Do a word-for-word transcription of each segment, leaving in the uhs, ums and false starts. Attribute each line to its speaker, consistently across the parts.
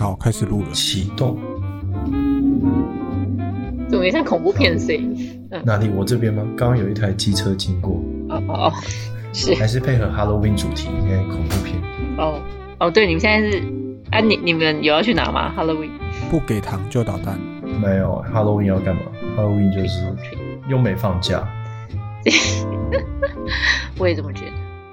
Speaker 1: 好，开始录了。
Speaker 2: 启动。
Speaker 3: 怎么像恐怖片的声音？嗯，
Speaker 2: 哪里？我这边吗？刚刚有一台机车经过。
Speaker 3: 哦哦哦，是
Speaker 2: 还是配合 Halloween 主题，现在恐怖片。
Speaker 3: 哦哦，对，你们现在是啊？你你们有要去哪吗 ？Halloween
Speaker 1: 不给糖就捣蛋。
Speaker 2: 没有 Halloween 要干嘛 ？Halloween 就是又没放假。
Speaker 3: 我也这么觉得。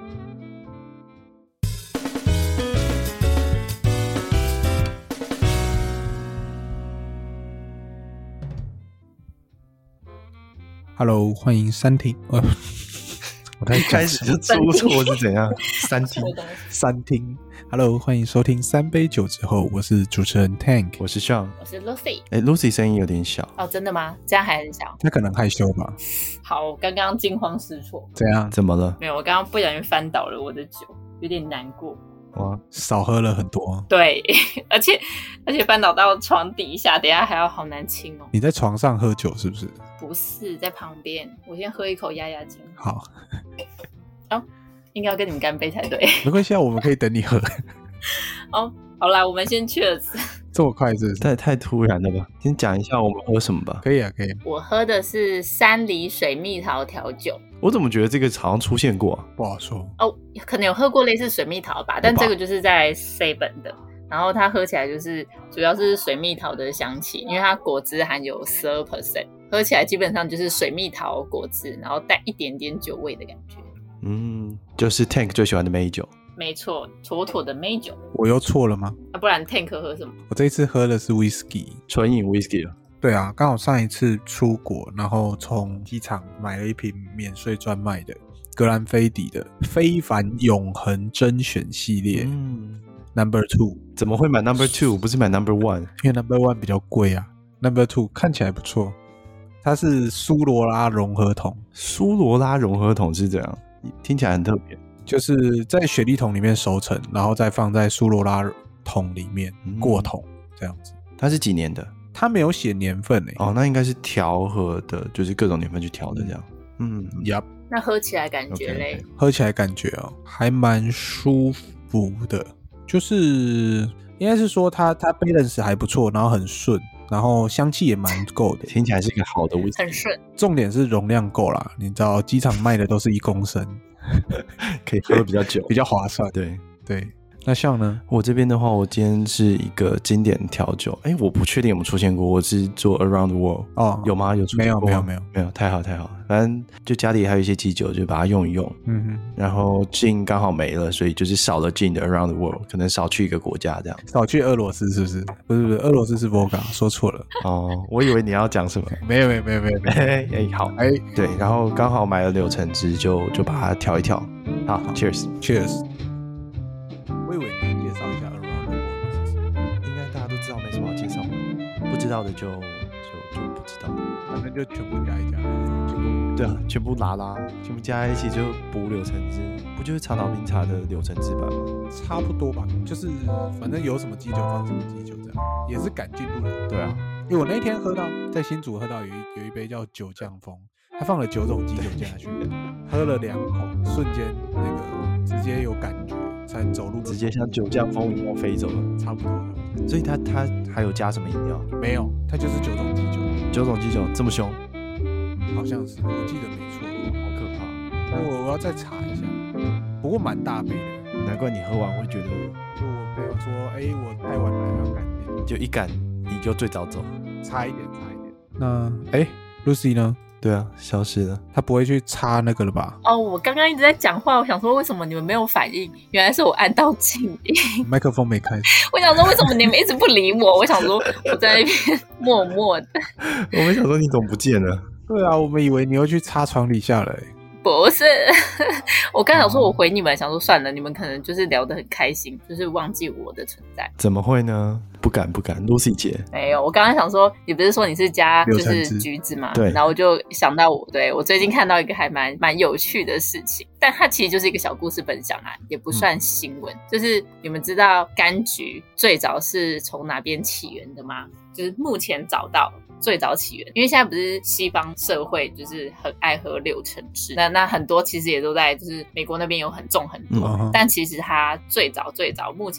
Speaker 1: Hello， 欢迎三听。呃，我在
Speaker 2: 一开始就出错是怎样？三听，
Speaker 1: 三听。Hello， 欢迎收听三杯酒之后，我是主持人 Tank，
Speaker 2: 我是 Sean，
Speaker 3: 我是 Lucy。
Speaker 2: 哎 ，Lucy 声音有点小。
Speaker 3: 哦，真的吗？这样还很小？
Speaker 1: 他可能害羞吧。
Speaker 3: 好，我刚刚惊慌失措。
Speaker 1: 怎样？
Speaker 2: 怎么了？
Speaker 3: 没有，我刚刚不小心翻倒了我的酒，有点难过。
Speaker 1: 哇，少喝了很多。
Speaker 3: 对，而且而且翻倒到床底下，等一下还要好难清哦。
Speaker 1: 你在床上喝酒是不是？
Speaker 3: 不是，在旁边。我先喝一口压压惊。
Speaker 1: 好。
Speaker 3: 哦，应该要跟你们干杯才对。
Speaker 1: 没关系啊，我们可以等你喝。
Speaker 3: 哦，好啦，我们先Cheers。
Speaker 1: 这么快是不是？
Speaker 2: 太太突然了吧？先讲一下我们喝什么吧。
Speaker 1: 可以啊，可以。
Speaker 3: 我喝的是山梨水蜜桃调酒。
Speaker 2: 我怎么觉得这个好像出现过啊？
Speaker 1: 不好说
Speaker 3: 哦，可能有喝过类似水蜜桃吧，但这个就是在 seven 的，然后它喝起来就是主要是水蜜桃的香气，因为它果汁含有 百分之十二， 喝起来基本上就是水蜜桃果汁，然后带一点点酒味的感觉。
Speaker 2: 嗯，就是 Tank 最喜欢的美酒。
Speaker 3: 没错，妥妥的美酒。
Speaker 1: 我又错了吗？
Speaker 3: 啊，不然 Tank 喝什么？
Speaker 1: 我这一次喝的是 whisky，
Speaker 2: 纯饮 whisky 啊。
Speaker 1: 对啊，刚好上一次出国，然后从机场买了一瓶免税专卖的格兰菲迪的非凡永恒甄选系列，嗯 ，Number Two。
Speaker 2: 怎么会买 Number Two？ 不是买 Number One？
Speaker 1: 因为 Number One 比较贵啊 ，Number Two 看起来不错。它是苏罗拉融合桶，
Speaker 2: 苏罗拉融合桶是这样，听起来很特别，
Speaker 1: 就是在雪莉桶里面熟成，然后再放在苏罗拉桶里面、嗯、过桶这样子。
Speaker 2: 它是几年的？
Speaker 1: 它没有写年份诶、
Speaker 2: 欸。哦，那应该是调和的，就是各种年份去调的这样。嗯，
Speaker 1: 呀、yep
Speaker 3: 那喝起来感觉嘞？
Speaker 1: Okay, okay. 喝起来感觉哦，还蛮舒服的，就是应该是说它它 balance 还不错，然后很顺，然后香气也蛮够的，
Speaker 2: 听起来是一个好的 whisky，
Speaker 3: 很顺。
Speaker 1: 重点是容量够啦，你知道机场卖的都是一公升，
Speaker 2: 可以喝比较久，
Speaker 1: 比较划算。
Speaker 2: 对
Speaker 1: 对。那像呢？
Speaker 2: 我这边的话，我今天是一个经典调酒，哎，我不确定有没有出现过。我是做 Around the World，
Speaker 1: 哦，
Speaker 2: 有吗？有出现过吗？
Speaker 1: 没有，没有，没有，
Speaker 2: 没有，太好太好。反正就家里还有一些基酒，就把它用一用。嗯哼。然后 Gin 刚好没了，所以就是少了 Gin 的 Around the World， 可能少去一个国家这样。
Speaker 1: 少去俄罗斯是不是？不是不是，俄罗斯是 Vodka， 说错了。
Speaker 2: 哦，我以为你要讲什么？
Speaker 1: 没有没有没有没有。
Speaker 2: 哎哎，好，哎，对，然后刚好买了柳橙汁，就就把它调一调。好 ，Cheers
Speaker 1: Cheers。我以为你介绍一下 Around the World 是什么，
Speaker 2: 应该大家都知道，没什么好介绍的，不知道的就就就不知道，
Speaker 1: 反正就全部加一加，全部
Speaker 2: 对啊，全部拉拉，全部加在一起就补柳橙汁，不就是长岛冰茶的柳橙汁版吗？
Speaker 1: 差不多吧，就是反正有什么基酒放什么基酒这样，也是赶进度的。
Speaker 2: 对啊，
Speaker 1: 因为我那天喝到在新竹喝到有一有一杯叫九降风，他放了九种基酒下去，喝了两口，瞬间那个直接有感觉。才走路
Speaker 2: 直接像九降风一样飞走了，
Speaker 1: 差不多的。
Speaker 2: 所以它它还有加什么饮料？
Speaker 1: 没有，它就是九种基酒。
Speaker 2: 九种基酒这么凶？
Speaker 1: 好像是，我记得没错。
Speaker 2: 好可怕！
Speaker 1: 那我我要再查一下。不过蛮大杯的，
Speaker 2: 难怪你喝完会觉得。
Speaker 1: 就我朋友说，哎、欸，我太晚来要赶点，
Speaker 2: 就一赶你就最早走，
Speaker 1: 差一点，差一点。那哎、欸、，Lucy 呢？
Speaker 2: 对啊，消失了。
Speaker 1: 他不会去插那个了吧？
Speaker 3: 哦，我刚刚一直在讲话，我想说为什么你们没有反应？原来是我按到静音，
Speaker 1: 麦克风没开。
Speaker 3: 我想说为什么你们一直不理我？我想说我在那边默默的。
Speaker 2: 我们想说你怎么不见了？
Speaker 1: 对啊，我们以为你又去插床底下了、欸。
Speaker 3: 不是，我刚想说我回你们，想说算了，你们可能就是聊得很开心，就是忘记我的存在。
Speaker 2: 怎么会呢？不敢不敢 ，Lucy 姐
Speaker 3: 没有。我刚刚想说，你不是说你是加就是橘子嘛？
Speaker 2: 对。
Speaker 3: 然后我就想到我，对我最近看到一个还蛮蛮有趣的事情，但它其实就是一个小故事分享啊，也不算新闻。嗯、就是你们知道柑橘最早是从哪边起源的吗？就是目前找到最早起源，因为现在不是西方社会就是很爱喝柳橙汁，那那很多其实也都在就是美国那边有很种很多、嗯，但其实它最早最早目前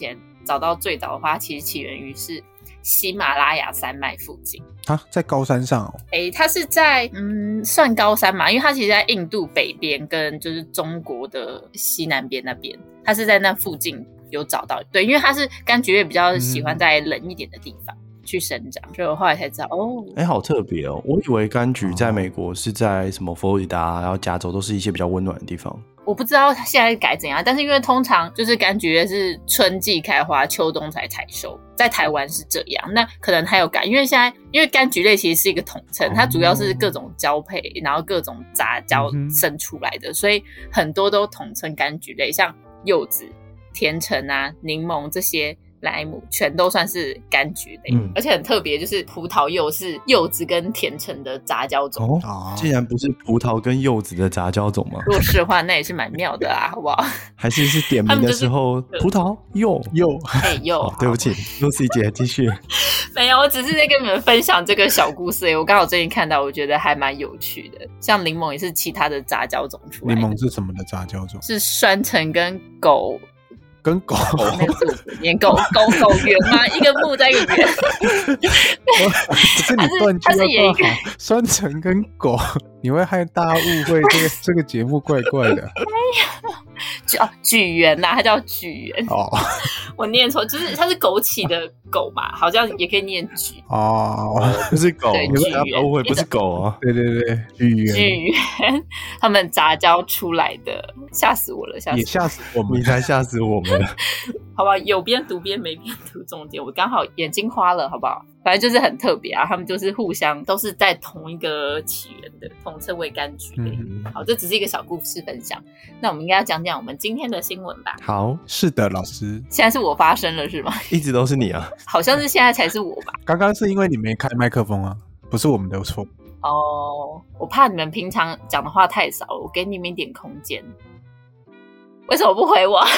Speaker 3: 找到最早的话，其实起源于是喜马拉雅山脉附近
Speaker 1: 啊，在高山上哦。
Speaker 3: 诶，它是在嗯算高山嘛，因为它其实在印度北边跟就是中国的西南边那边，它是在那附近有找到。对，因为它是柑橘类比较喜欢在冷一点的地方。嗯去生长，所以我后来才知道哦，
Speaker 2: 哎、欸，好特别哦！我以为柑橘在美国是在什么佛罗里达，然后加州都是一些比较温暖的地方。
Speaker 3: 我不知道现在改怎样，但是因为通常就是柑橘是春季开花，秋冬才采收，在台湾是这样。那可能还有改，因为现在因为柑橘类其实是一个统称，它主要是各种交配，然后各种杂交生出来的，嗯、所以很多都统称柑橘类，像柚子、甜橙啊、柠檬这些。莱姆全都算是柑橘类、嗯、而且很特别，就是葡萄柚是柚子跟甜橙的杂交种
Speaker 2: 哦，竟然不是葡萄跟柚子的杂交种吗？
Speaker 3: 如果是的话那也是蛮妙的啊，好不好？
Speaker 2: 还是是点名的时候、就是、葡萄柚柚
Speaker 3: 哎柚、哦、
Speaker 2: 对不起 Lucy 姐继续
Speaker 3: 没有，我只是在跟你们分享这个小故事、欸、我刚好最近看到，我觉得还蛮有趣的。像柠檬也是其他的杂交种出来的。
Speaker 1: 柠檬是什么的杂交种？
Speaker 3: 是酸橙跟狗
Speaker 1: 跟狗
Speaker 3: 那个肚子连狗狗狗圆吗？一个木在一个圆。
Speaker 1: 可是你断句要挂好，酸橙跟狗，你会害大家误会这个这个节目怪怪的。
Speaker 3: 哦，举圆呐，它叫举圆。
Speaker 1: 哦，
Speaker 3: 我念错，就是它是枸杞的狗嘛，好像也可以念举。
Speaker 1: 哦，
Speaker 2: 不是狗，
Speaker 3: 对，
Speaker 2: 你不要误会，不是狗啊。
Speaker 1: 对对对，举圆，
Speaker 3: 举圆，他们杂交出来的，吓死我了，吓死我了，
Speaker 1: 也吓死我们，
Speaker 2: 你才吓死我们了。
Speaker 3: 好吧，有边读边，没边读中间，我刚好眼睛花了，好不好？反正就是很特别啊，他们就是互相都是在同一个起源的，统称为柑橘类。嗯、好，这只是一个小故事分享。那我们应该要讲讲我们今天的新闻吧？
Speaker 2: 好，
Speaker 1: 是的，老师。
Speaker 3: 现在是我发声了是吗？
Speaker 2: 一直都是你啊。
Speaker 3: 好像是现在才是我吧？
Speaker 1: 刚刚是因为你没开麦克风啊，不是我们的错。
Speaker 3: 哦，我怕你们平常讲的话太少了，我给你们一点空间。为什么不回我？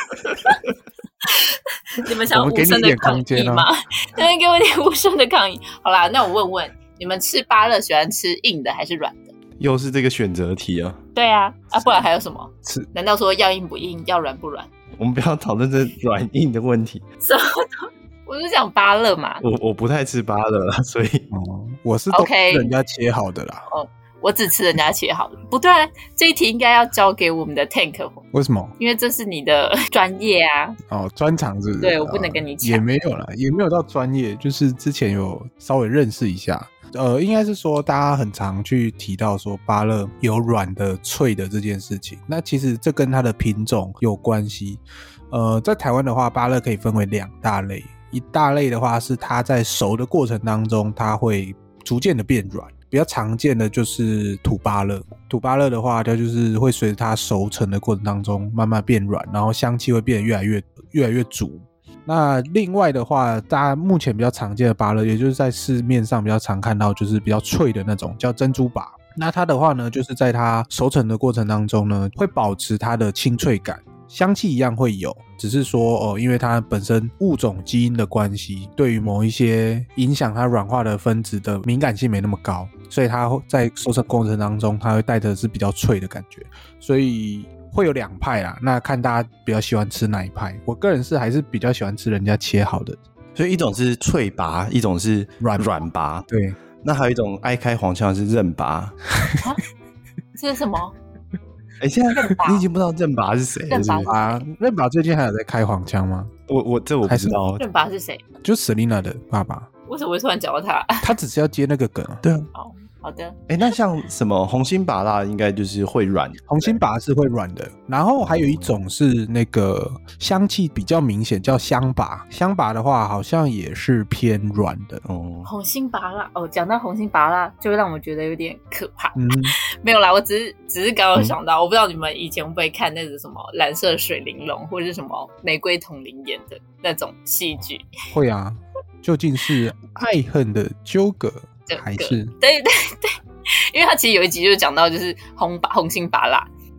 Speaker 3: 你们想无声的抗议吗？你们给我一点无声的抗议。好啦，那我问问，你们吃芭乐喜欢吃硬的还是软的？
Speaker 2: 又是这个选择题啊。
Speaker 3: 对啊，啊，不然还有什么？
Speaker 1: 吃？
Speaker 3: 难道说要硬不硬，要软不软？
Speaker 2: 我们不要讨论这软硬的问题。
Speaker 3: 什么都？我就讲芭乐嘛。
Speaker 2: 我我不太吃芭乐，所以、
Speaker 1: 哦、我是都吃人家切好的啦。
Speaker 3: 哦。我只吃人家切好的，不对、啊，这一题应该要交给我们的 Tank。
Speaker 1: 为什么？
Speaker 3: 因为这是你的专业啊。
Speaker 1: 哦，专长是不是？
Speaker 3: 对，我不能跟你抢、
Speaker 1: 呃。也没有啦，也没有到专业，就是之前有稍微认识一下。呃，应该是说大家很常去提到说芭乐有软的、脆的这件事情。那其实这跟它的品种有关系。呃，在台湾的话，芭乐可以分为两大类，一大类的话是它在熟的过程当中，它会逐渐的变软。比较常见的就是土芭乐，土芭乐的话，它就是会随着它熟成的过程当中慢慢变软，然后香气会变得越来越越来越足。那另外的话，大家目前比较常见的芭乐，也就是在市面上比较常看到，就是比较脆的那种，叫珍珠芭。那它的话呢，就是在它熟成的过程当中呢，会保持它的清脆感。香气一样会有，只是说哦，因为它本身物种基因的关系，对于某一些影响它软化的分子的敏感性没那么高，所以它在熟成过程当中，它会带的是比较脆的感觉，所以会有两派啦。那看大家比较喜欢吃哪一派，我个人是还是比较喜欢吃人家切好的。
Speaker 2: 所以一种是脆拔，一种是软软拔。
Speaker 1: 对，
Speaker 2: 那还有一种爱开黄腔的是韧拔。
Speaker 3: 啊？这是什么？
Speaker 2: 哎、欸，现在你已经不知道任拔是谁了，是不是
Speaker 1: 啊？任拔最近还有在开黄腔吗？
Speaker 2: 我我这我不知道。
Speaker 3: 任拔是谁？
Speaker 1: 就 Selina 的爸爸。
Speaker 3: 为什么会突然讲到他？
Speaker 1: 他只是要接那个梗啊。
Speaker 2: 对啊。
Speaker 3: 哦，好的。
Speaker 2: 哎、欸，那像什么红心芭乐应该就是会软，
Speaker 1: 红心芭是会软的。然后还有一种是那个香气比较明显，叫香芭。香芭的话好像也是偏软的。
Speaker 2: 哦，
Speaker 3: 红心芭乐哦，讲到红心芭乐，就会让我觉得有点可怕。
Speaker 1: 嗯，
Speaker 3: 没有啦，我只是只是刚刚想到、嗯，我不知道你们以前会不会看那个什么蓝色水玲珑，或者是什么玫瑰瞳铃演的那种戏剧。
Speaker 1: 会啊，究竟是爱恨的纠葛，还是
Speaker 3: 对对对？因为他其实有一集就讲到，就是红红心芭乐，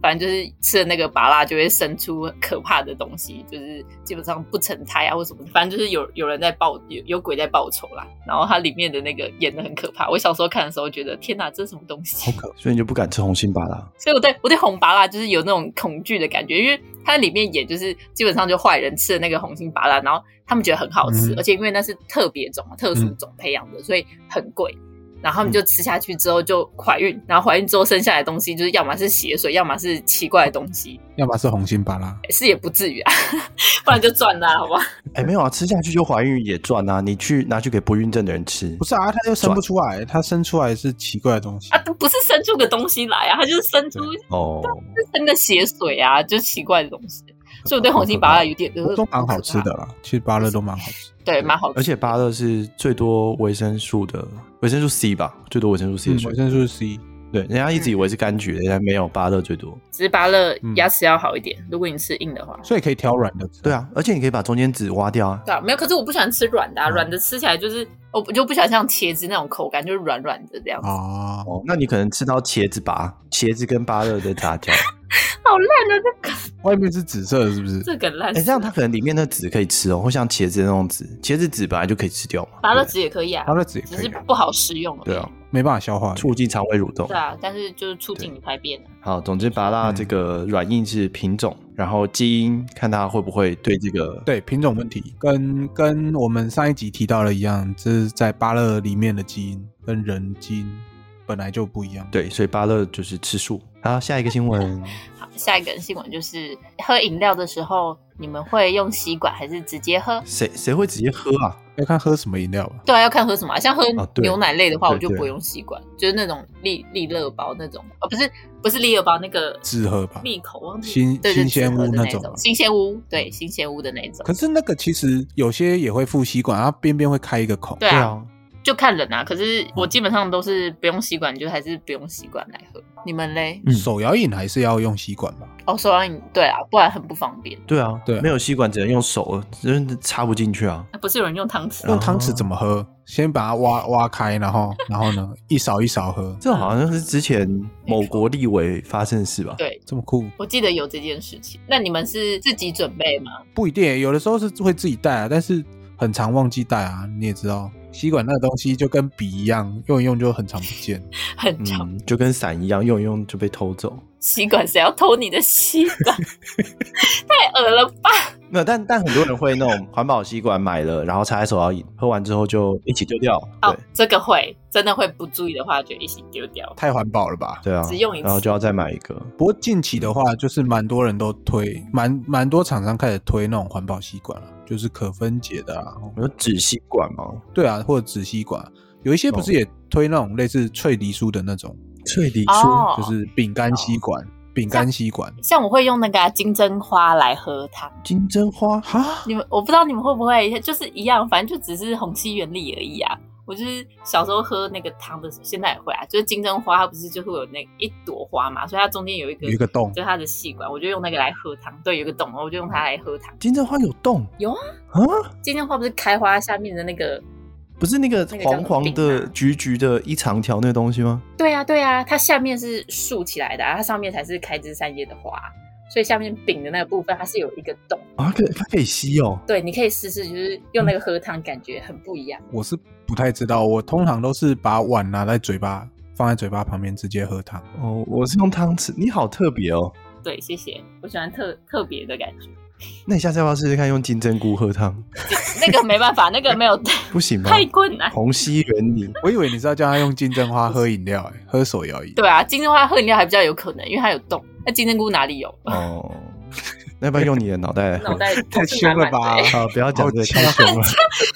Speaker 3: 反正就是吃了那个芭乐就会生出可怕的东西，就是基本上不成胎啊或什么，反正就是有有人在报有有鬼在报仇啦。然后它里面的那个演的很可怕，我小时候看的时候觉得天哪，这是什么东西？
Speaker 1: 好可怕，
Speaker 2: 所以你就不敢吃红心芭乐。
Speaker 3: 所以我对我对红芭乐就是有那种恐惧的感觉，因为它里面演就是基本上就坏人吃了那个红心芭乐，然后他们觉得很好吃，嗯、而且因为那是特别种、特殊种培养的，嗯、所以很贵。然后他们就吃下去之后就怀孕，然后怀孕之后生下来的东西就是要么是血水，要么是奇怪的东西，
Speaker 1: 要么是红心芭乐，
Speaker 3: 是也不至于啊，不然就赚啦，好不好？
Speaker 2: 哎，没有啊，吃下去就怀孕也赚啊，你去拿去给不孕症的人吃，
Speaker 1: 不是啊，他又生不出来，他生出来是奇怪的东西
Speaker 3: 啊，不是生出个东西来啊，他就是生出哦，生个血水啊，就是奇怪的东西。所以我对红心芭乐有点
Speaker 1: 都都蛮好吃的啦，其实芭乐都蛮好吃，
Speaker 3: 对，蛮好吃。
Speaker 2: 而且芭乐是最多维生素的，维生素 C 吧，最多维生素 C 的水、
Speaker 1: 嗯、维生素 C。
Speaker 2: 对，人家一直以为是柑橘的，人家没有，芭乐最多。
Speaker 3: 只是芭乐牙齿要好一点、嗯，如果你吃硬的话，
Speaker 1: 所以可以挑软的。
Speaker 2: 对啊，而且你可以把中间籽挖掉啊。
Speaker 3: 对啊，没有，可是我不喜欢吃软的啊，软、嗯、的吃起来就是我就不喜欢像茄子那种口感，就是软软的这样子。
Speaker 2: 哦，哦那你可能吃到茄子吧，茄子跟芭乐的杂交。
Speaker 3: 好烂的这个，
Speaker 1: 外面是紫色的，是不是？
Speaker 3: 这个烂。
Speaker 2: 哎、欸，这样它可能里面的籽可以吃哦，或像茄子那种籽，茄子籽本来就可以吃掉嘛。
Speaker 3: 芭乐籽也可以啊，
Speaker 1: 芭乐籽也可以、啊，
Speaker 3: 只是不好食用了。
Speaker 2: 对啊，
Speaker 1: 没办法消化，
Speaker 2: 促进肠胃蠕动。
Speaker 3: 对啊，但是就是促进你排便。
Speaker 2: 好，总之芭乐这个软硬是品种、嗯，然后基因看它会不会对这个
Speaker 1: 对品种问题，跟跟我们上一集提到的一样，这是在芭乐里面的基因跟人基因本来就不一样。
Speaker 2: 对，所以芭乐就是吃素。好，下一个新闻。
Speaker 3: 好，下一个新闻就是喝饮料的时候，你们会用吸管还是直接喝？
Speaker 2: 谁谁会直接喝啊？
Speaker 1: 要看喝什么饮料吧。
Speaker 3: 对啊，要看喝什么、啊。像喝牛奶类的话，
Speaker 2: 哦、
Speaker 3: 我就不会用吸管，就是那种利利乐包那种，哦，不是不是利乐包那个
Speaker 1: 自喝吧，
Speaker 3: 利口忘记
Speaker 1: 新新鲜屋那种，
Speaker 3: 新鲜屋对新鲜屋的那种。
Speaker 1: 可是那个其实有些也会附吸管，它边边会开一个孔。
Speaker 3: 对啊。就看人啊，可是我基本上都是不用吸管，就还是不用吸管来喝。你们嘞？
Speaker 1: 嗯、手摇饮还是要用吸管吧？
Speaker 3: 哦，手摇饮对啊，不然很不方便。
Speaker 2: 对啊，对啊，没有吸管只能用手，真的插不进去啊。
Speaker 3: 不是有人用汤匙？
Speaker 1: 用汤匙怎么喝？先把它挖挖开，然后然后呢，一勺一勺喝。
Speaker 2: 这好像是之前某国立委发生的事吧？
Speaker 3: 对，
Speaker 1: 这么酷。
Speaker 3: 我记得有这件事情。那你们是自己准备吗？
Speaker 1: 不一定，有的时候是会自己带啊，但是很常忘记带啊。你也知道。吸管那个东西就跟笔一样，用一用就很常不见，
Speaker 3: 很常、
Speaker 2: 嗯，就跟伞一样，用一用就被偷走。
Speaker 3: 吸管谁要偷你的吸管？太恶了吧！
Speaker 2: 没有，但但很多人会那种环保吸管买了，然后插在手摇饮，喝完之后就一起丢掉。
Speaker 3: 哦，这个会真的会不注意的话，就一起丢掉。
Speaker 1: 太环保了吧？
Speaker 2: 对啊，
Speaker 3: 只用一次，
Speaker 2: 然后就要再买一个。
Speaker 1: 不过近期的话，就是蛮多人都推，蛮蛮多厂商开始推那种环保吸管了，就是可分解的啊。
Speaker 2: 有纸吸管吗？
Speaker 1: 对啊，或者纸吸管，有一些不是也推那种类似脆梨酥的那种。
Speaker 2: 脆梨酥、
Speaker 3: 哦、
Speaker 1: 就是饼干吸管，饼干吸管。
Speaker 3: 像我会用那个、啊、金针花来喝汤。
Speaker 2: 金针花哈？
Speaker 3: 你们我不知道你们会不会，就是一样，反正就只是虹吸原理而已啊。我就是小时候喝那个汤的时候，现在也会啊。就是金针花，它不是就会有那一朵花嘛，所以它中间有一个
Speaker 1: 有一个洞，
Speaker 3: 就是它的吸管，我就用那个来喝汤。对，有一个洞，我就用它来喝汤。
Speaker 2: 金针花有洞？
Speaker 3: 有啊。
Speaker 2: 啊？
Speaker 3: 金针花不是开花下面的那个？
Speaker 2: 不是那个黄黄的、橘橘的一长条那个东西吗？
Speaker 3: 对啊，对啊，它下面是竖起来的、啊，它上面才是开枝散叶的花，所以下面柄的那个部分它是有一个洞
Speaker 2: 啊，可它可以吸哦。
Speaker 3: 对，你可以试试，就是用那个喝汤，感觉很不一样。
Speaker 1: 我是不太知道，我通常都是把碗拿在嘴巴，放在嘴巴旁边直接喝汤。
Speaker 2: 哦，我是用汤匙，你好特别哦。
Speaker 3: 对，谢谢，我喜欢特特别的感觉。
Speaker 2: 那你下次要不要试试看用金针菇喝汤？
Speaker 3: 那个没办法，那个没有
Speaker 2: 不行吗？
Speaker 3: 太困难。
Speaker 2: 虹吸原理，
Speaker 1: 我以为你是要叫他用金针花喝饮料、欸，喝手摇饮。
Speaker 3: 对啊，金针花喝饮料还比较有可能，因为它有洞。那金针菇哪里有？
Speaker 2: 哦，那要不要用你的脑袋来喝？
Speaker 3: 脑袋
Speaker 1: 太凶了吧！
Speaker 2: 好，不要讲这个，太凶了，
Speaker 3: 很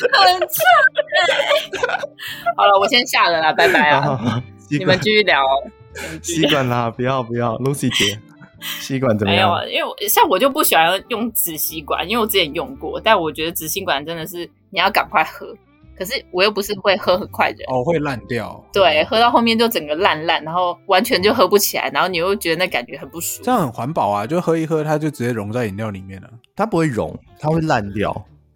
Speaker 3: 呛。好了，我先下了啦，拜拜啊！你们继续聊哦。
Speaker 2: 吸管啦，不要不要 ，Lucy 姐。吸管怎么样？
Speaker 3: 没有，因为我像我就不喜欢用纸吸管，因为我之前用过，但我觉得纸吸管真的是你要赶快喝，可是我又不是会喝很快的人，
Speaker 1: 哦，会烂掉。
Speaker 3: 对，喝到后面就整个烂烂，然后完全就喝不起来，然后你又觉得那感觉很不舒服。
Speaker 1: 这样很环保啊，就喝一喝，它就直接溶在饮料里面了。
Speaker 2: 它不会溶，它会烂掉。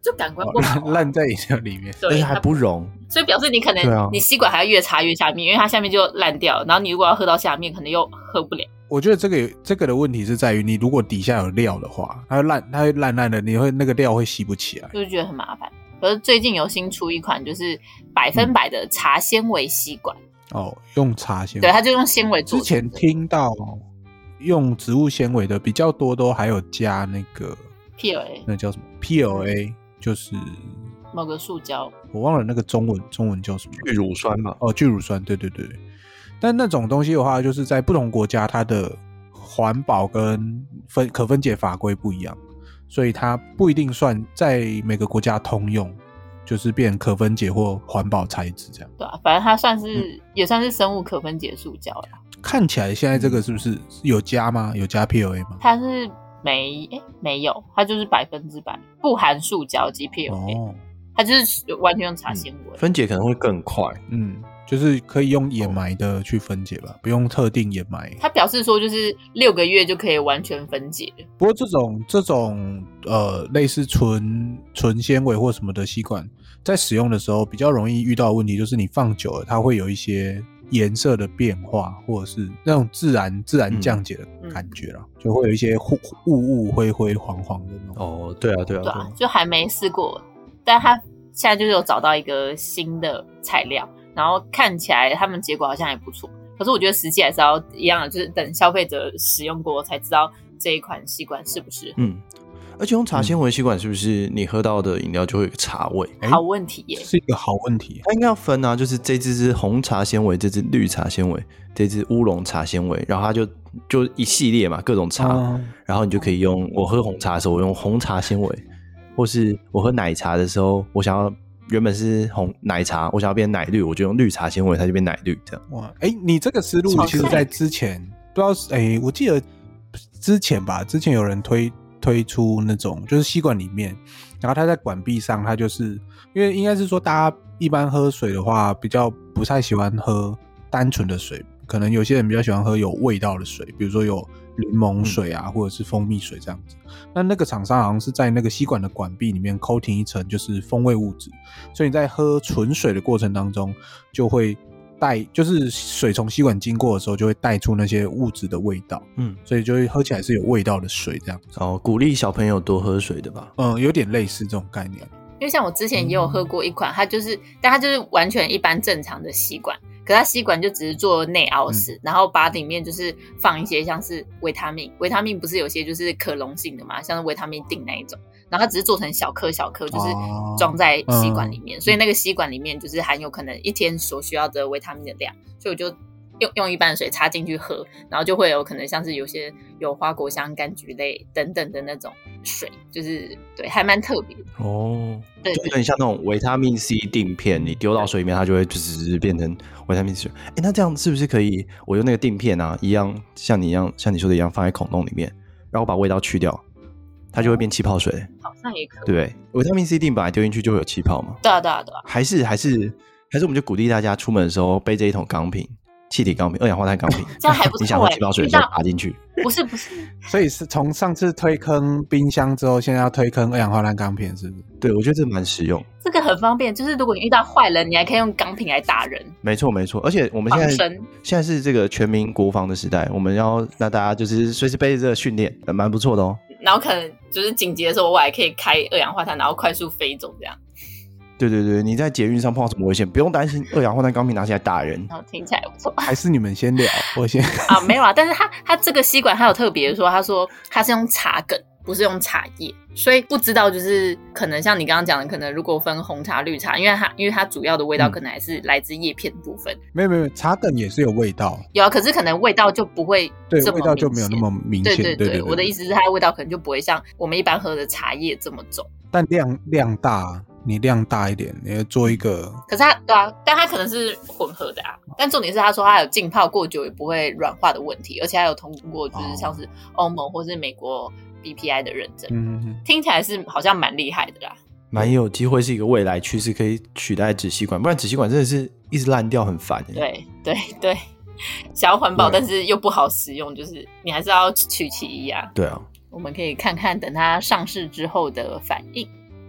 Speaker 3: 就感官不好、啊，
Speaker 1: 烂在饮料里面，
Speaker 2: 而且还不溶，
Speaker 3: 所以表示你可能、啊、你吸管还要越插越下面，因为它下面就烂掉，然后你如果要喝到下面，可能又喝不了。
Speaker 1: 我觉得这个这个的问题是在于，你如果底下有料的话，它会烂，它会烂烂的，你会那个料会吸不起来，
Speaker 3: 就是觉得很麻烦。可是最近有新出一款，就是百分百的茶纤维吸管、
Speaker 1: 嗯、哦，用茶纤维，
Speaker 3: 对，它就用纤维做。
Speaker 1: 之前听到用植物纤维的比较多，都还有加那个
Speaker 3: P L A，
Speaker 1: 那叫什么 P L A， 就是
Speaker 3: 某个塑胶，
Speaker 1: 我忘了那个中文中文叫什么，
Speaker 2: 聚乳酸吧？
Speaker 1: 哦，聚乳酸，对对对。但那种东西的话，就是在不同国家，它的环保跟分可分解法规不一样，所以它不一定算在每个国家通用，就是变可分解或环保材质这样。
Speaker 3: 对啊，反正它算是、嗯、也算是生物可分解塑胶啦。
Speaker 1: 看起来现在这个是不是有加吗？有加 P L A 吗？
Speaker 3: 它是没诶没有，它就是百分之百不含塑胶及 P L A，、哦、它就是完全用茶纤维、
Speaker 2: 嗯，分解可能会更快。
Speaker 1: 嗯。就是可以用掩埋的去分解吧，不用特定掩埋。
Speaker 3: 他表示说，就是六个月就可以完全分解。
Speaker 1: 不过这种这种呃类似纯纯纤维或什么的吸管，在使用的时候比较容易遇到的问题，就是你放久了，它会有一些颜色的变化，或者是那种自然自然降解的感觉啦、嗯、就会有一些雾雾灰灰黄黄的那种。
Speaker 2: 哦，对啊，对啊，
Speaker 3: 对啊，就还没试过，但他现在就是有找到一个新的材料。然后看起来他们结果好像还不错，可是我觉得实际还是要一样的，就是等消费者使用过才知道这一款吸管适不适合。
Speaker 2: 嗯，而且用茶纤维吸管是不是你喝到的饮料就会有一个茶味？
Speaker 3: 好问题耶，
Speaker 1: 是一个好问题。
Speaker 2: 它应该要分啊，就是这支是红茶纤维，这支绿茶纤维，这支乌龙茶纤维，然后它就就一系列嘛，各种茶、嗯，然后你就可以用。我喝红茶的时候，我用红茶纤维，或是我喝奶茶的时候，我想要。原本是红奶茶，我想要变奶绿，我就用绿茶纤维，它就变奶绿这样。
Speaker 1: 哇，哎、欸，你这个思路其实在之前不知道，哎、欸，我记得之前吧，之前有人推推出那种就是吸管里面，然后它在管壁上，它就是因为应该是说大家一般喝水的话，比较不太喜欢喝单纯的水，可能有些人比较喜欢喝有味道的水，比如说有柠檬水啊，或者是蜂蜜水这样子。那那个厂商好像是在那个吸管的管壁里面 coating 一层就是风味物质，所以你在喝纯水的过程当中就会带，就是水从吸管经过的时候就会带出那些物质的味道，嗯，所以就会喝起来是有味道的水这样子。
Speaker 2: 哦，鼓励小朋友多喝水的吧？
Speaker 1: 嗯，有点类似这种概念。
Speaker 3: 因为像我之前也有喝过一款，它就是，但它就是完全一般正常的吸管，可它吸管就只是做内凹式、嗯，然后把里面就是放一些像是维他命，维他命不是有些就是可溶性的嘛，像是维他命锭那一种，然后它只是做成小颗小颗，就是装在吸管里面、哦嗯，所以那个吸管里面就是含有可能一天所需要的维他命的量，所以我就用用一般的水插进去喝，然后就会有可能像是有些有花果香、柑橘类等等的那种水，就是对，还蛮特别的
Speaker 2: 哦。对，就有点像那种维他命 C 锭片，你丢到水里面，它就会就是变成维他命 C。哎，那这样是不是可以？我用那个锭片啊，一样像你一样，像你说的一样，放在孔洞里面，然后把味道去掉，它就会变气泡水。
Speaker 3: 好像也可以，
Speaker 2: 对不对？维他命 C 锭本来丢进去就会有气泡嘛。
Speaker 3: 对啊，对啊，对啊。
Speaker 2: 还是还是还是，我们就鼓励大家出门的时候背这一桶钢瓶。气体钢瓶、二氧化碳钢瓶，
Speaker 3: 这样还不错、欸。
Speaker 2: 你想喝气泡水就打进去，
Speaker 3: 不是不是。
Speaker 1: 所以是从上次推坑冰箱之后，现在要推坑二氧化碳钢瓶，是不是？
Speaker 2: 对，我觉得这蛮实用。
Speaker 3: 这个很方便，就是如果你遇到坏人，你还可以用钢瓶来打人。
Speaker 2: 没错没错，而且我们现在现在是这个全民国防的时代，我们要让大家就是随时背着这个训练，蛮不错的哦。
Speaker 3: 然后可能就是紧急的时候，我还可以开二氧化碳，然后快速飞走这样。
Speaker 2: 对对对，你在捷运上碰到什么危险，不用担心二氧化碳钢瓶拿起来打人。
Speaker 3: 哦，听起来不错。
Speaker 1: 还是你们先聊，我先
Speaker 3: 啊，没有啊。但是它它这个吸管它有特别说，他说它是用茶梗，不是用茶叶，所以不知道就是可能像你刚刚讲的，可能如果分红茶、绿茶，因为它因为它主要的味道可能还是来自叶片的部分。
Speaker 1: 嗯、没有没有，茶梗也是有味道，
Speaker 3: 有啊，可是可能味道就不会
Speaker 1: 对味道就没有那么明显。
Speaker 3: 对对 对,
Speaker 1: 对, 对, 对, 对，
Speaker 3: 我的意思是它的味道可能就不会像我们一般喝的茶叶这么重，
Speaker 1: 但量量大。你量大一点，你要做一个。
Speaker 3: 可是它对啊，但它可能是混合的啊。但重点是他说它有浸泡过久也不会软化的问题，而且还有通过就是像是欧盟或是美国 B P I 的认证。嗯，听起来是好像蛮厉害的啦，
Speaker 2: 蛮有机会是一个未来趋势，可以取代纸吸管，不然纸吸管真的是一直烂掉，很烦。
Speaker 3: 对对对，想要环保但是又不好使用，就是你还是要取其一啊。
Speaker 2: 对啊，
Speaker 3: 我们可以看看等它上市之后的反应。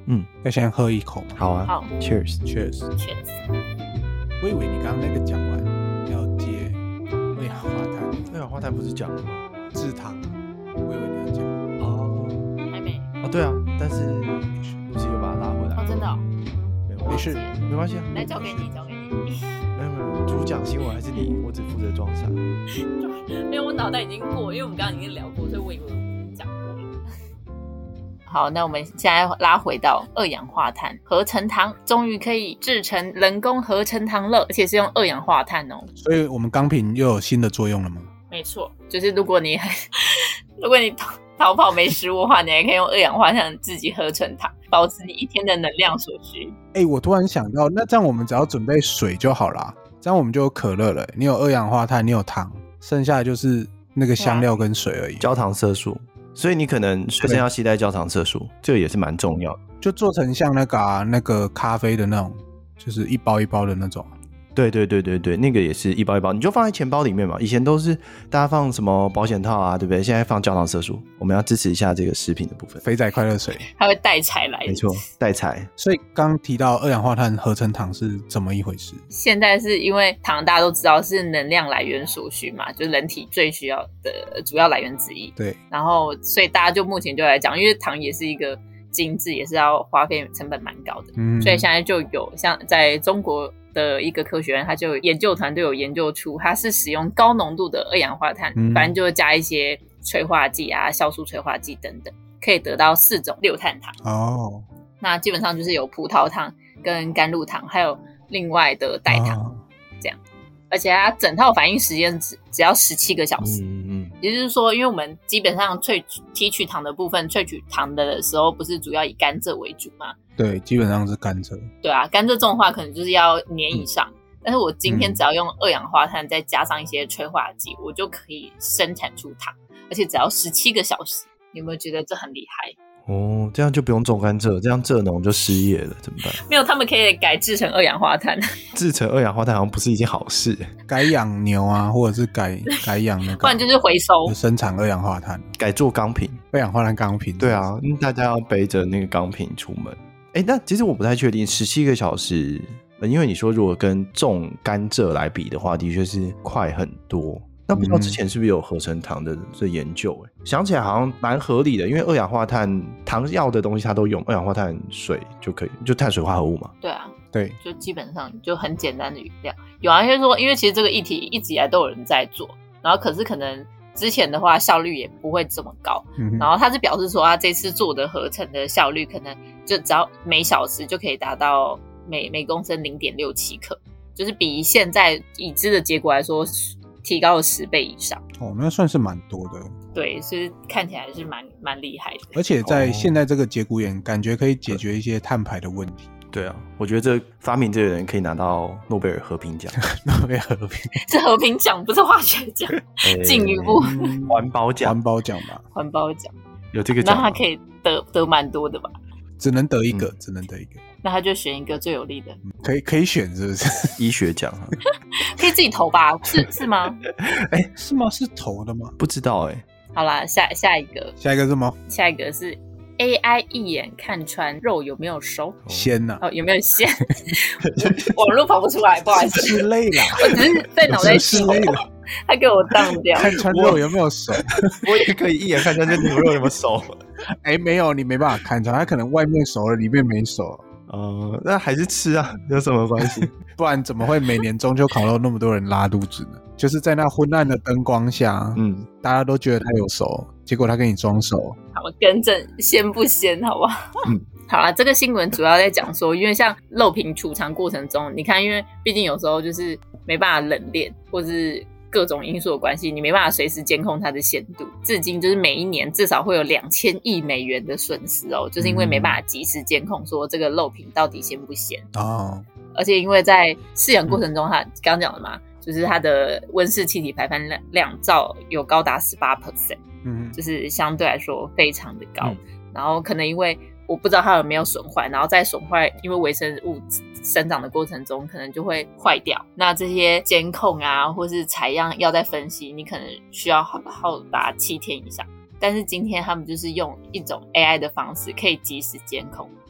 Speaker 2: 嗯，
Speaker 1: 要先喝一口吗？
Speaker 2: 好啊，
Speaker 3: 好
Speaker 2: ，Cheers，
Speaker 1: Cheers。
Speaker 3: Cheers。
Speaker 1: 我以为你刚刚那个讲完要接二氧化碳，
Speaker 2: 二氧化碳不是讲了吗？
Speaker 1: 制糖，我以为你要讲。
Speaker 2: 哦，
Speaker 3: 还没
Speaker 2: 哦，对啊，但是不是又把它拉回来？
Speaker 3: 哦，真的哦，
Speaker 2: 没有
Speaker 1: 没事，
Speaker 2: 没关系啊，
Speaker 3: 来交给你，交给你。
Speaker 2: 没有没有，主讲新闻还是你，我只负责装傻。
Speaker 3: 没有，我脑袋已经过，因为我们刚刚已经聊过，所以我以为我已经讲过了。好，那我们现在拉回到二氧化碳合成糖，终于可以制成人工合成糖了，而且是用二氧化碳哦。
Speaker 1: 所以我们钢瓶又有新的作用了吗？
Speaker 3: 没错，就是如果你如果你逃逃跑没食物的话，你还可以用二氧化碳自己合成糖，保持你一天的能量所需。
Speaker 1: 哎，我突然想到，那这样我们只要准备水就好啦，这样我们就有可乐了。你有二氧化碳，你有糖，剩下的就是那个香料跟水而已。
Speaker 2: 焦糖色素，所以你可能随身要携带焦糖色素，这个也是蛮重要的。
Speaker 1: 就做成像那个、啊、那个咖啡的那种，就是一包一包的那种。
Speaker 2: 对对对对对，那个也是一包一包，你就放在钱包里面嘛。以前都是大家放什么保险套啊，对不对？现在放焦糖色素，我们要支持一下这个食品的部分。
Speaker 1: 肥仔快乐水，
Speaker 3: 它会带财来。
Speaker 2: 没错，带财。
Speaker 1: 所以刚提到二氧化碳合成糖是怎么一回事？
Speaker 3: 现在是因为糖大家都知道是能量来源所需嘛，就是人体最需要的主要来源之一。
Speaker 1: 对，
Speaker 3: 然后所以大家就目前就来讲，因为糖也是一个精致，也是要花费成本蛮高的，
Speaker 1: 嗯，
Speaker 3: 所以现在就有像在中国的一个科学院，他就有研究团队有研究出，它是使用高浓度的二氧化碳，
Speaker 1: 嗯
Speaker 3: 反正就加一些催化剂啊、酵素催化剂等等，可以得到四种六碳糖。
Speaker 1: 哦，
Speaker 3: 那基本上就是有葡萄糖跟甘露糖，还有另外的代糖，
Speaker 1: 哦
Speaker 3: 这样。而且它整套反应时间只只要十七个小时。
Speaker 2: 嗯嗯，
Speaker 3: 也就是说，因为我们基本上萃取提取糖的部分，萃取糖的时候不是主要以甘蔗为主嘛？
Speaker 1: 对，基本上是甘蔗。
Speaker 3: 对啊，甘蔗这种话可能就是要年以上。嗯，但是我今天只要用二氧化碳再加上一些催化剂，我就可以生产出糖，而且只要十七个小时。你有没有觉得这很厉害？
Speaker 2: 哦，这样就不用种甘蔗，这样蔗农就失业了，怎么办？
Speaker 3: 没有，他们可以改制成二氧化碳。
Speaker 2: 制成二氧化碳好像不是一件好事。
Speaker 1: 改养牛啊，或者是改改养那个，
Speaker 3: 不然就是回收，
Speaker 1: 就生产二氧化碳，
Speaker 2: 改做钢瓶。
Speaker 1: 二氧化碳钢瓶。
Speaker 2: 对啊，嗯，大家要背着那个钢瓶出门。哎，那其实我不太确定十七个小时，呃因为你说如果跟种甘蔗来比的话，的确是快很多。那不知道之前是不是有合成糖的这研究、欸？想起来好像蛮合理的，因为二氧化碳糖要的东西它都用，二氧化碳水就可以，就碳水化合物嘛。
Speaker 3: 对啊，
Speaker 1: 对，
Speaker 3: 就基本上就很简单的原料。有啊，就是说，因为其实这个议题一直以来都有人在做，然后可是可能之前的话效率也不会这么高。
Speaker 1: 嗯、
Speaker 3: 然后他是表示说，他这次做的合成的效率可能就只要每小时就可以达到每每公升零点六七克，就是比现在已知的结果来说提高了十倍以上。
Speaker 1: 哦，那算是蛮多的。
Speaker 3: 对，是看起来是蛮蛮厉害的。
Speaker 1: 而且在现在这个节骨眼，感觉可以解决一些碳排的问题。
Speaker 2: 对啊，我觉得这发明这个人可以拿到诺贝尔和平奖。
Speaker 1: 诺贝尔和平
Speaker 3: 是和平奖，不是化学奖。进一步
Speaker 2: 环保奖，
Speaker 1: 环保奖吧，
Speaker 3: 环保奖
Speaker 2: 有这个奖，
Speaker 3: 那他可以得得蛮多的吧？
Speaker 1: 只能得一个，嗯、只能得一个。
Speaker 3: 那他就选一个最有利的，
Speaker 1: 嗯、可以可以选是不是？
Speaker 2: 医学奖
Speaker 3: 可以自己投吧？是是吗？
Speaker 1: 哎、欸，是吗？是投的吗？
Speaker 2: 不知道哎、欸。
Speaker 3: 好啦，下下一个，
Speaker 1: 下一个是什么？
Speaker 3: 下一个是 A I 一眼看穿肉有没有熟，
Speaker 1: 鲜呐、
Speaker 3: 啊？哦，有没有鲜？网络跑不出来，不好意思，
Speaker 1: 是累了。
Speaker 3: 我只是在脑袋
Speaker 1: 是累了，
Speaker 3: 他给我当掉。
Speaker 1: 看穿肉有没有熟？
Speaker 2: 我也可以一眼看穿这牛肉有没有熟。
Speaker 1: 哎、欸，没有，你没办法看穿，它可能外面熟了，里面没熟。
Speaker 2: 呃，那还是吃啊，有什么关系？
Speaker 1: 不然怎么会每年中秋烤肉那么多人拉肚子呢？就是在那昏暗的灯光下，嗯，大家都觉得它有熟，结果它给你装熟。
Speaker 3: 好，更正鲜不鲜，好不好？嗯，好啦，这个新闻主要在讲说，因为像肉品储藏过程中，你看，因为毕竟有时候就是没办法冷链，或是各种因素的关系，你没办法随时监控它的鲜度。至今就是每一年至少会有两千亿美元的损失哦，就是因为没办法及时监控说这个肉品到底鲜不鲜哦。而且因为在饲养过程中，它刚刚讲的嘛，就是它的温室气体排放量照有高达 百分之十八， 嗯，就是相对来说非常的高。嗯、然后可能因为我不知道它有没有损坏，然后在损坏，因为微生物生长的过程中可能就会坏掉。那这些监控啊，或是采样要再分析，你可能需要好好达七天以上。但是今天他们就是用一种 A I 的方式，可以及时监控，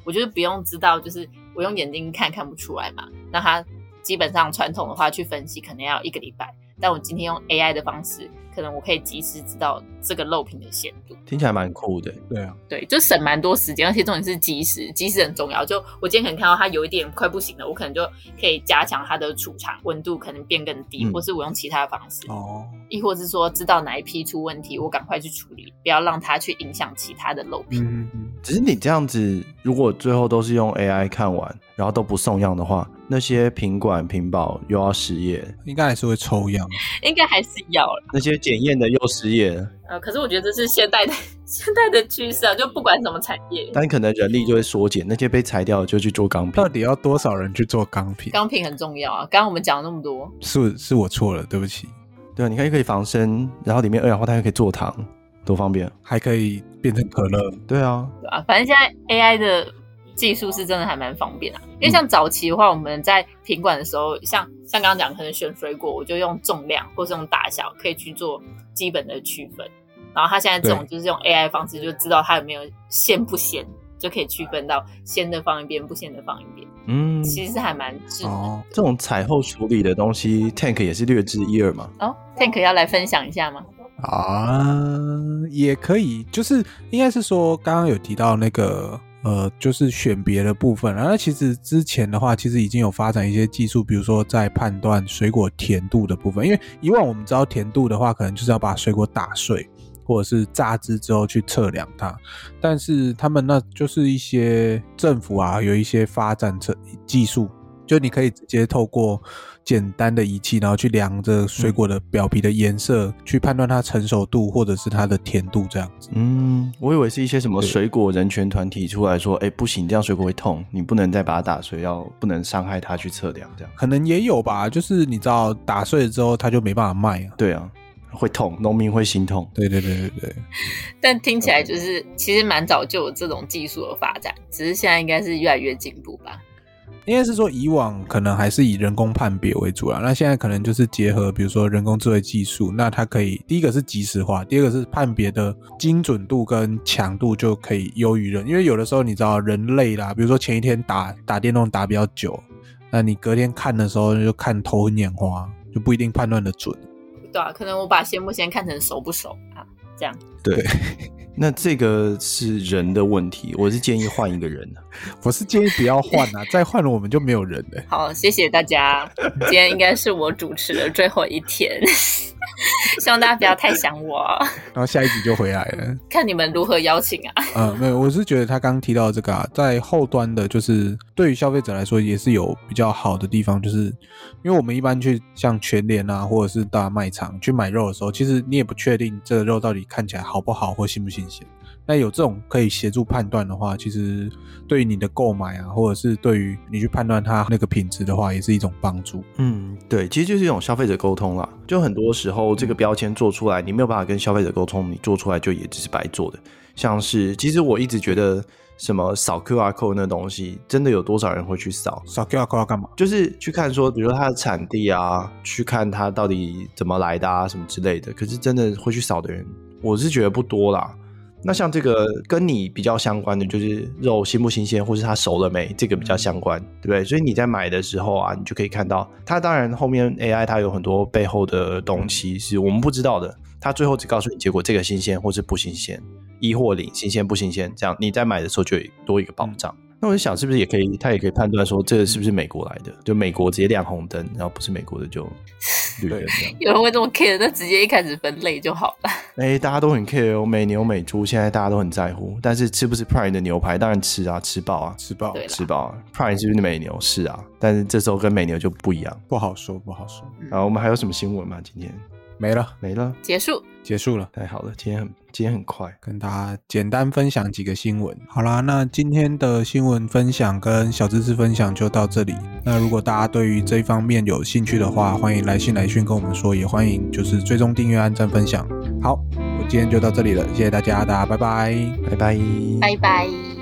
Speaker 3: 我就是不用知道，就是我用眼睛看看不出来嘛。那它基本上传统的话去分析可能要一个礼拜，但我今天用 A I 的方式，可能我可以及时知道这个肉品的鲜度。
Speaker 2: 听起来蛮酷的。
Speaker 1: 对啊，
Speaker 3: 对，就省蛮多时间，而且重点是及时，及时很重要。就我今天可能看到它有一点快不行了，我可能就可以加强它的储藏温度，可能变更低，嗯、或是我用其他的方式。哦，亦或是说知道哪一批出问题，我赶快去处理，不要让它去影响其他的肉品。
Speaker 1: 嗯嗯。
Speaker 2: 只是你这样子，如果最后都是用 A I 看完，然后都不送样的话，那些品管品保又要失业，
Speaker 1: 应该还是会抽样，
Speaker 3: 应该还是要了。
Speaker 2: 那些检验的又失业。
Speaker 3: 呃，可是我觉得这是现代的现代的趋势啊，就不管什么产业，
Speaker 2: 但可能人力就会缩减，那些被裁掉的就去做钢品。
Speaker 1: 到底要多少人去做钢品？
Speaker 3: 钢品很重要啊，刚刚我们讲了那么多，
Speaker 1: 是是我错了，对不起。
Speaker 2: 对啊，你看可以防身，然后里面二氧化碳又可以做糖，多方便，
Speaker 1: 还可以变成可乐。
Speaker 2: 对啊，
Speaker 3: 对啊，反正现在 A I 的技术是真的还蛮方便啊。因为像早期的话，我们在品管的时候，像像刚刚讲，可能选水果，我就用重量或是用大小，可以去做基本的区分。然后它现在这种就是用 A I 方式，就知道它有没有鲜不鲜，就可以区分到鲜的放一边，不鲜的放一边。嗯，其实还蛮智能的。
Speaker 2: 哦，这种采后处理的东西 ，Tank 也是略知一二嘛。
Speaker 3: 哦 ，Tank 要来分享一下吗？
Speaker 1: 啊，也可以，就是应该是说，刚刚有提到那个呃，就是选别的部分，然后其实之前的话，其实已经有发展一些技术，比如说在判断水果甜度的部分，因为以往我们知道甜度的话，可能就是要把水果打碎，或者是榨汁之后去测量它，但是他们那就是一些政府啊，有一些发展技术，就你可以直接透过简单的仪器，然后去量着水果的表皮的颜色，嗯、去判断它成熟度或者是它的甜度这样子。
Speaker 2: 嗯，我以为是一些什么水果人权团体出来说，哎，不行，这样水果会痛，你不能再把它打碎，要不能伤害它去测量这样。
Speaker 1: 可能也有吧，就是你知道打碎了之后，它就没办法卖啊。
Speaker 2: 对啊。会痛，农民会心痛。
Speaker 1: 对对对对对。
Speaker 3: 但听起来就是其实蛮早就有这种技术的发展，只是现在应该是越来越进步吧。
Speaker 1: 应该是说以往可能还是以人工判别为主啦，那现在可能就是结合比如说人工智慧技术，那它可以第一个是即时化，第二个是判别的精准度跟强度就可以优于人，因为有的时候你知道人累啦，比如说前一天打打电动打比较久，那你隔天看的时候就看头昏眼花，就不一定判断的准。
Speaker 3: 对啊，可能我把鲜不鲜看成熟不熟啊，这样。
Speaker 2: 对，那这个是人的问题，我是建议换一个人、啊、
Speaker 1: 我是建议不要换啊，再换了我们就没有人了。
Speaker 3: 好，谢谢大家，今天应该是我主持的最后一天，希望大家不要太想我，
Speaker 1: 然后下一集就回来了，
Speaker 3: 看你们如何邀请啊。
Speaker 1: 呃，没有，我是觉得他刚刚提到的这个啊，在后端的，就是对于消费者来说也是有比较好的地方，就是因为我们一般去像全联啊，或者是大卖场去买肉的时候，其实你也不确定这个肉到底看起来好不好或新不新鲜。那有这种可以协助判断的话，其实对于你的购买啊，或者是对于你去判断它那个品质的话，也是一种帮助。
Speaker 2: 嗯，对，其实就是一种消费者沟通啦。就很多时候这个标签做出来，你没有办法跟消费者沟通，你做出来就也只是白做的。像是其实我一直觉得什么扫 Q R code 那东西，真的有多少人会去扫？
Speaker 1: 扫 Q R code 要干嘛？
Speaker 2: 就是去看说，比如说它的产地啊，去看它到底怎么来的啊，什么之类的。可是真的会去扫的人，我是觉得不多啦。那像这个跟你比较相关的，就是肉新不新鲜，或是它熟了没，这个比较相关，对不对？所以你在买的时候啊，你就可以看到它。当然后面 A I 它有很多背后的东西是我们不知道的，它最后只告诉你结果这个新鲜或是不新鲜，一或零，新鲜不新鲜，这样你在买的时候就有多一个保障。嗯，那我就想是不是也可以，他也可以判断说这个是不是美国来的，就美国直接亮红灯，然后不是美国的就绿灯这样。
Speaker 3: 有人会这么 care， 那直接一开始分类就好了。
Speaker 2: 哎，大家都很 care 哦，美牛美猪现在大家都很在乎，但是吃不吃 Prime 的牛排当然吃啊，吃爆啊，
Speaker 1: 吃爆
Speaker 2: 吃爆啊。Prime 是不是美牛？是啊，但是这时候跟美牛就不一样，
Speaker 1: 不好说不好说。
Speaker 2: 然后我们还有什么新闻吗？今天
Speaker 1: 没了
Speaker 2: 没了，
Speaker 3: 结束
Speaker 1: 结束了，
Speaker 2: 太好了，今天很今天很快，
Speaker 1: 跟大家简单分享几个新闻。好啦，那今天的新闻分享跟小知识分享就到这里。那如果大家对于这一方面有兴趣的话，欢迎来信来讯跟我们说，也欢迎就是追踪订阅按赞分享。好，我今天就到这里了，谢谢大家，大家拜拜
Speaker 2: 拜拜
Speaker 3: 拜拜。